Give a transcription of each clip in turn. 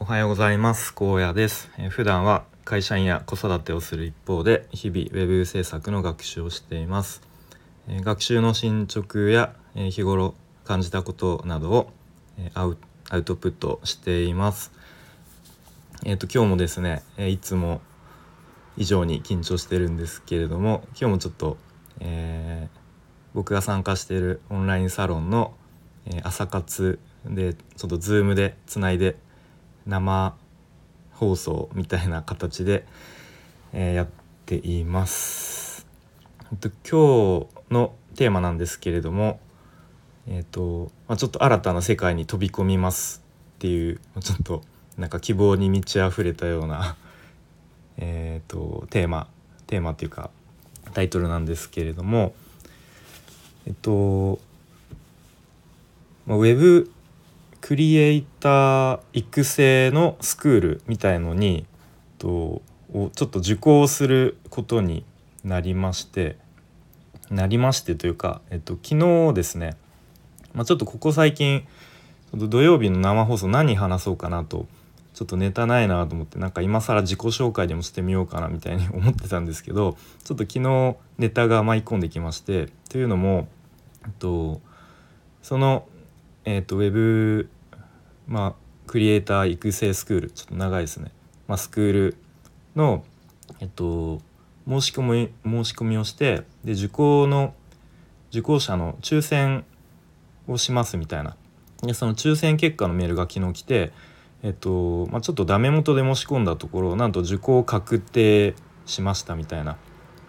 はようございます。高野です。普段は会社員や子育てをする一方で日々ウェブ制作の学習をしています。学習の進捗や日頃感じたことなどをアウトプットしています。今日もですね、いつも以上に緊張してるんですけれども、今日もちょっと、僕が参加しているオンラインサロンの、朝活でちょっとズームでつないで生放送みたいな形で、やっています。今日のテーマなんですけれども、ちょっと新たな世界に飛び込みますっていうちょっとなんか希望に満ち溢れたようなテーマっていうかタイトルなんですけれども、ウェブクリエイター育成のスクールみたいのにをちょっと受講することになりましてというか、昨日ですね、ちょっとここ最近土曜日の生放送何話そうかなとちょっとネタないなと思って、なんか今更自己紹介でもしてみようかなみたいに思ってたんですけど、ちょっと昨日ネタが舞い込んできまして、というのも、そのウェブクリエイター育成スクール、ちょっと長いですね、スクールの申し込みをして、で受講者の抽選をしますみたいな、でその抽選結果のメールが昨日来て、ちょっとダメ元で申し込んだところ、なんと受講確定しましたみたいな、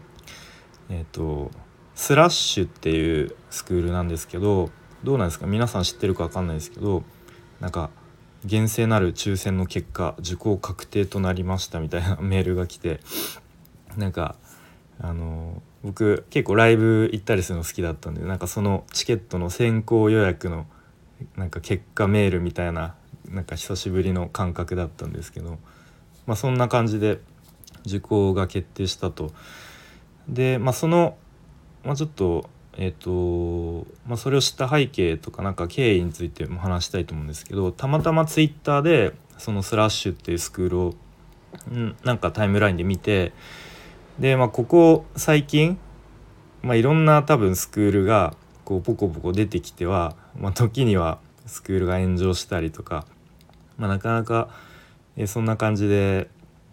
スラッシュっていうスクールなんですけど、どうなんですか、皆さん知ってるか分かんないですけど、なんか厳正なる抽選の結果受講確定となりましたみたいなメールが来て、なんか僕結構ライブ行ったりするの好きだったんで、なんかそのチケットの先行予約のなんか結果メールみたいな、なんか久しぶりの感覚だったんですけど、そんな感じで受講が決定したと。でそのちょっとそれを知った背景とかなんか経緯についても話したいと思うんですけど、たまたまツイッターでそのスラッシュっていうスクールをなんかタイムラインで見て、でここ最近いろんな多分スクールがこうポコポコ出てきては、時にはスクールが炎上したりとか、なかなかそんな感じで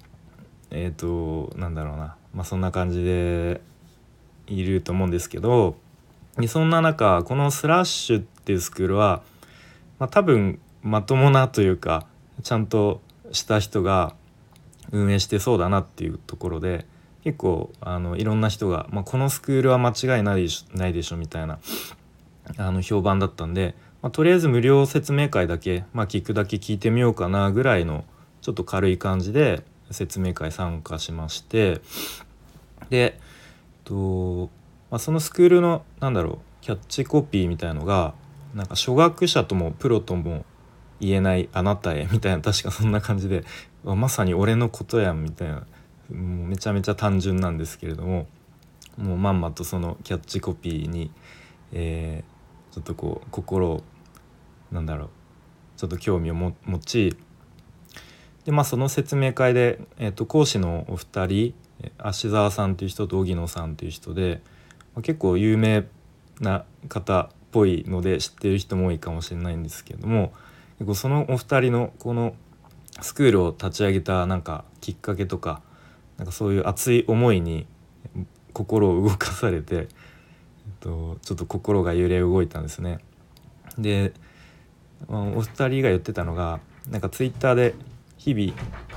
なんだろうな、そんな感じでいると思うんですけど、そんな中このスラッシュっていうスクールは、多分まともなというかちゃんとした人が運営してそうだなっていうところで、結構いろんな人が、このスクールは間違いないでしょみたいな評判だったんで、とりあえず無料説明会だけ、聞くだけ聞いてみようかなぐらいのちょっと軽い感じで説明会参加しまして、でそのスクールのキャッチコピーみたいのが、なんか初学者ともプロとも言えないあなたへみたいな、確かそんな感じで、まさに俺のことやんみたいな、もうめちゃめちゃ単純なんですけれども、もうまんまとそのキャッチコピーに、ちょっとこう心をちょっと興味を持ち、でその説明会で、講師のお二人、芦澤さんという人と荻野さんという人で、結構有名な方っぽいので知ってる人も多いかもしれないんですけれども、結構そのお二人のこのスクールを立ち上げたなんかきっかけとか、なんかそういう熱い思いに心を動かされて、ちょっと心が揺れ動いたんですね。でお二人が言ってたのが、なんかツイッターで日々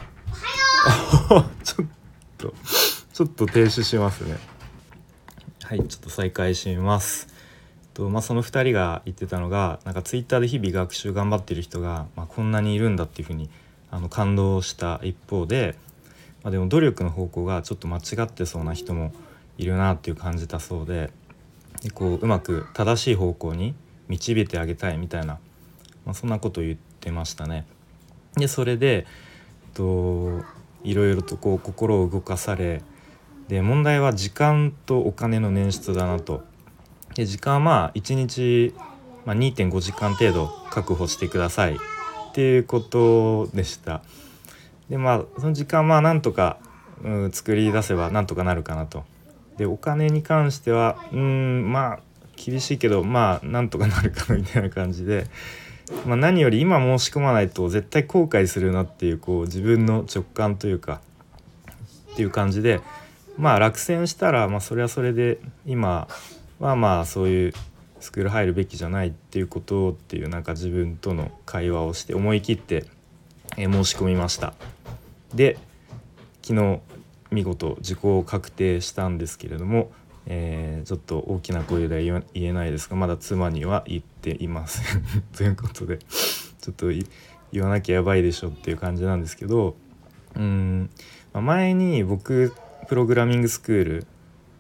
ちょっと停止しますね。はい、ちょっと再開します。その2人が言ってたのが、なんかツイッターで日々学習頑張ってる人が、こんなにいるんだっていうふうに感動した一方で、でも努力の方向がちょっと間違ってそうな人もいるなっていう感じたそうで、こううまく正しい方向に導いてあげたいみたいな、そんなことを言ってましたね。でそれでいろいろとこう心を動かされ、で問題は時間とお金の捻出だなと。で時間は1日、2.5時間程度確保してくださいってっていうことでした。でその時間なんとか、作り出せばなんとかなるかなと。でお金に関しては厳しいけどなんとかなるかなみたいな感じで、何より今申し込まないと絶対後悔するなっていう自分の直感というかっていう感じで、落選したらそれはそれで今はそういうスクール入るべきじゃないっていうことっていう自分との会話をして思い切って申し込みました。で昨日見事受講確定したんですけれども、ちょっと大きな声では言えないですがまだ妻には言っていませんということでちょっと言わなきゃやばいでしょっていう感じなんですけど、前に僕プログラミングスクール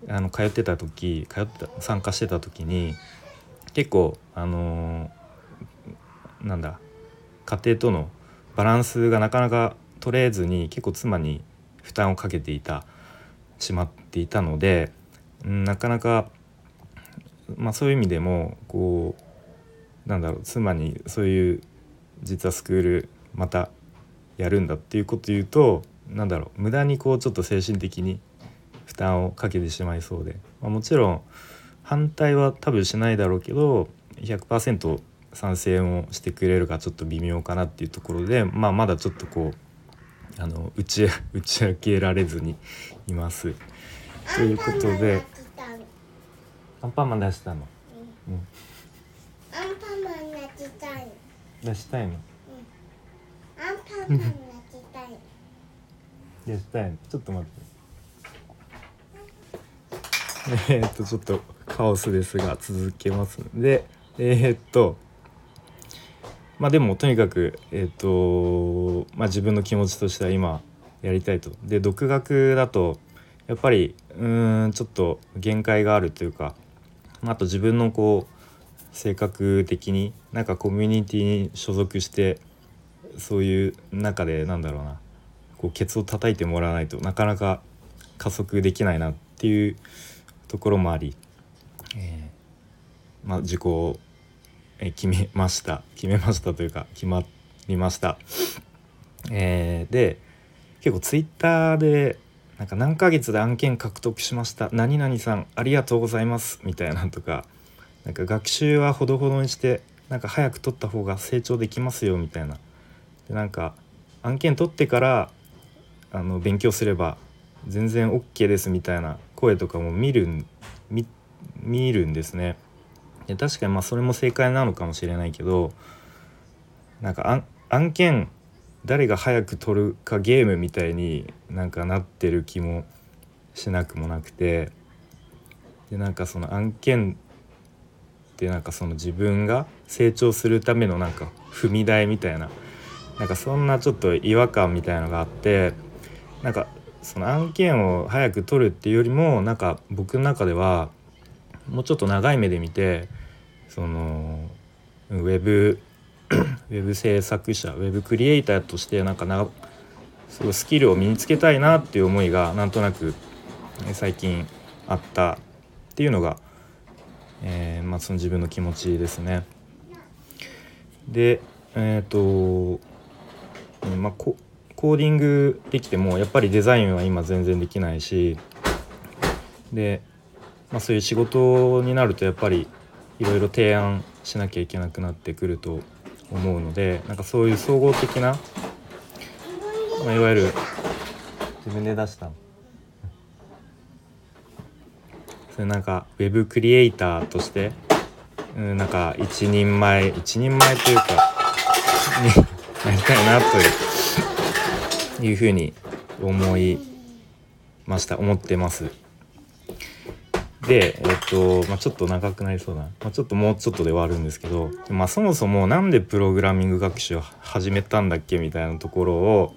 参加してた時に結構家庭とのバランスがなかなか取れずに結構妻に負担をかけてしまっていたので、なかなかそういう意味でも妻にそういう実はスクールまたやるんだっていうこと言うと無駄にちょっと精神的に負担をかけてしまいそうで、もちろん反対は多分しないだろうけど 100% 賛成をしてくれるかちょっと微妙かなっていうところで、まだちょっと打ち明けられずにいます。ということでアンパンマン出したの、 アンパンマン出したい。 出したいの、 アンパンマン出したい。 出したいの、ちょっと待ってちょっとカオスですが続けますのででもとにかく自分の気持ちとしては今やりたいと。で独学だとやっぱりちょっと限界があるというか、あと自分の性格的にコミュニティに所属してそういう中でケツを叩いてもらわないとなかなか加速できないなっていうところもあり、受講を決めましたというか決まりました。で結構ツイッターで何ヶ月で案件獲得しました何々さんありがとうございますみたいなとか、学習はほどほどにして早く取った方が成長できますよみたいなで案件取ってから勉強すれば全然 OK ですみたいな声とかも見るんですね。で確かにそれも正解なのかもしれないけど案件誰が早く取るかゲームみたいになってる気もしなくもなくて、でその案件ってその自分が成長するための踏み台みたいなそんなちょっと違和感みたいなのがあって、その案件を早く取るっていうよりも僕の中ではもうちょっと長い目で見てそのウェブ制作者ウェブクリエイターとしてすごいスキルを身につけたいなっていう思いがなんとなく最近あったっていうのが、その自分の気持ちですね。でコーディングできてもやっぱりデザインは今全然できないしで、そういう仕事になるとやっぱりいろいろ提案しなきゃいけなくなってくると思うのでそういう総合的な、いわゆる自分で出したのそれウェブクリエイターとして一人前というかになりたいなというふうに思ってます。でちょっと長くなりそうだな、ちょっともうちょっとで終わるんですけど、そもそもなんでプログラミング学習を始めたんだっけみたいなところを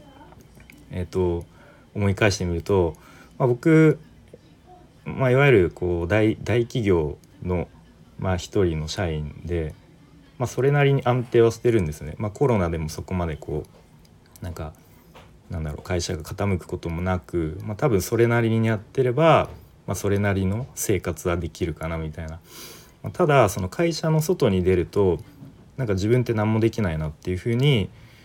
思い返してみると、僕、いわゆる大企業の一人の社員で、それなりに安定はしてるんですね。コロナでもそこまで会社が傾くこともなく、多分それなりにやってれば、それなりの生活はできるかなみたいな。ただその会社の外に出ると自分って何もできないなっていうふうに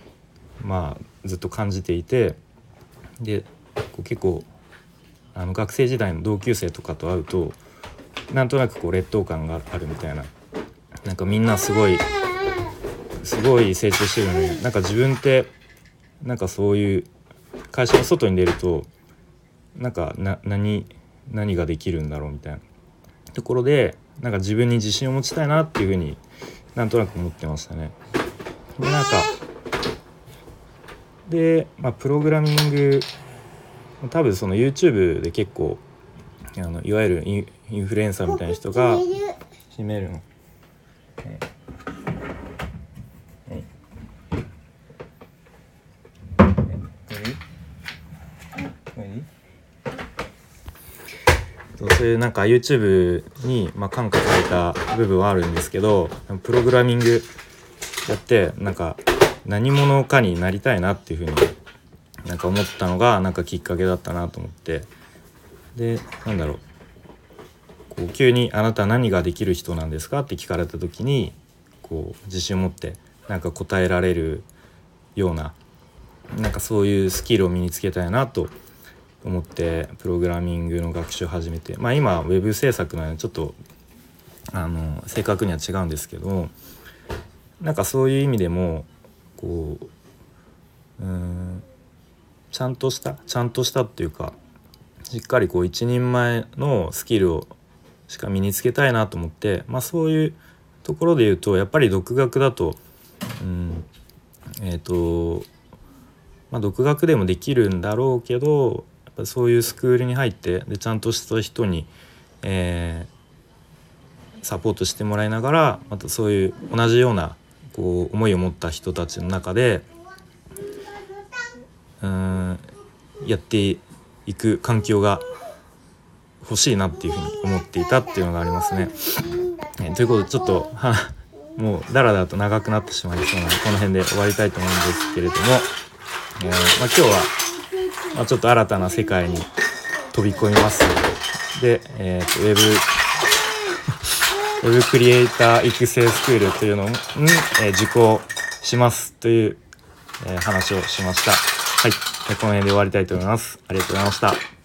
ずっと感じていて、で結構学生時代の同級生とかと会うとなんとなく劣等感があるみたいな、なんかみんなすごい成長してるのに、なんか自分ってなんかそういう会社の外に出るとなんか何ができるんだろうみたいなところで、なんか自分に自信を持ちたいなっていうふうになんとなく思ってましたね。でなんかで、プログラミング多分その YouTube で結構いわゆるインフルエンサーみたいな人が決めるの、そういうなんか YouTube に感化された部分はあるんですけど、プログラミングやってなんか何者かになりたいなっていうふうになんか思ったのがなんかきっかけだったなと思って、でなんだろう、急にあなた何ができる人なんですかって聞かれた時に自信を持ってなんか答えられるような、なんかそういうスキルを身につけたいなと思ってプログラミングの学習を始めて、今ウェブ制作なのでちょっと正確には違うんですけど、なんかそういう意味でもちゃんとしたっていうか、しっかり一人前のスキルをしか身につけたいなと思って、そういうところで言うとやっぱり独学だと独学でもできるんだろうけど、やっぱそういうスクールに入ってでちゃんとした人に、サポートしてもらいながら、またそういう同じような思いを持った人たちの中でやっていく環境が欲しいなっていうふうに思っていたっていうのがありますね。ということでちょっともうだらだらと長くなってしまいそうなのでこの辺で終わりたいと思うんですけれども、今日は、ちょっと新たな世界に飛び込みます。で、ウェブクリエイター育成スクールというのに、受講しますという、話をしました。はい、この辺で終わりたいと思います。ありがとうございました。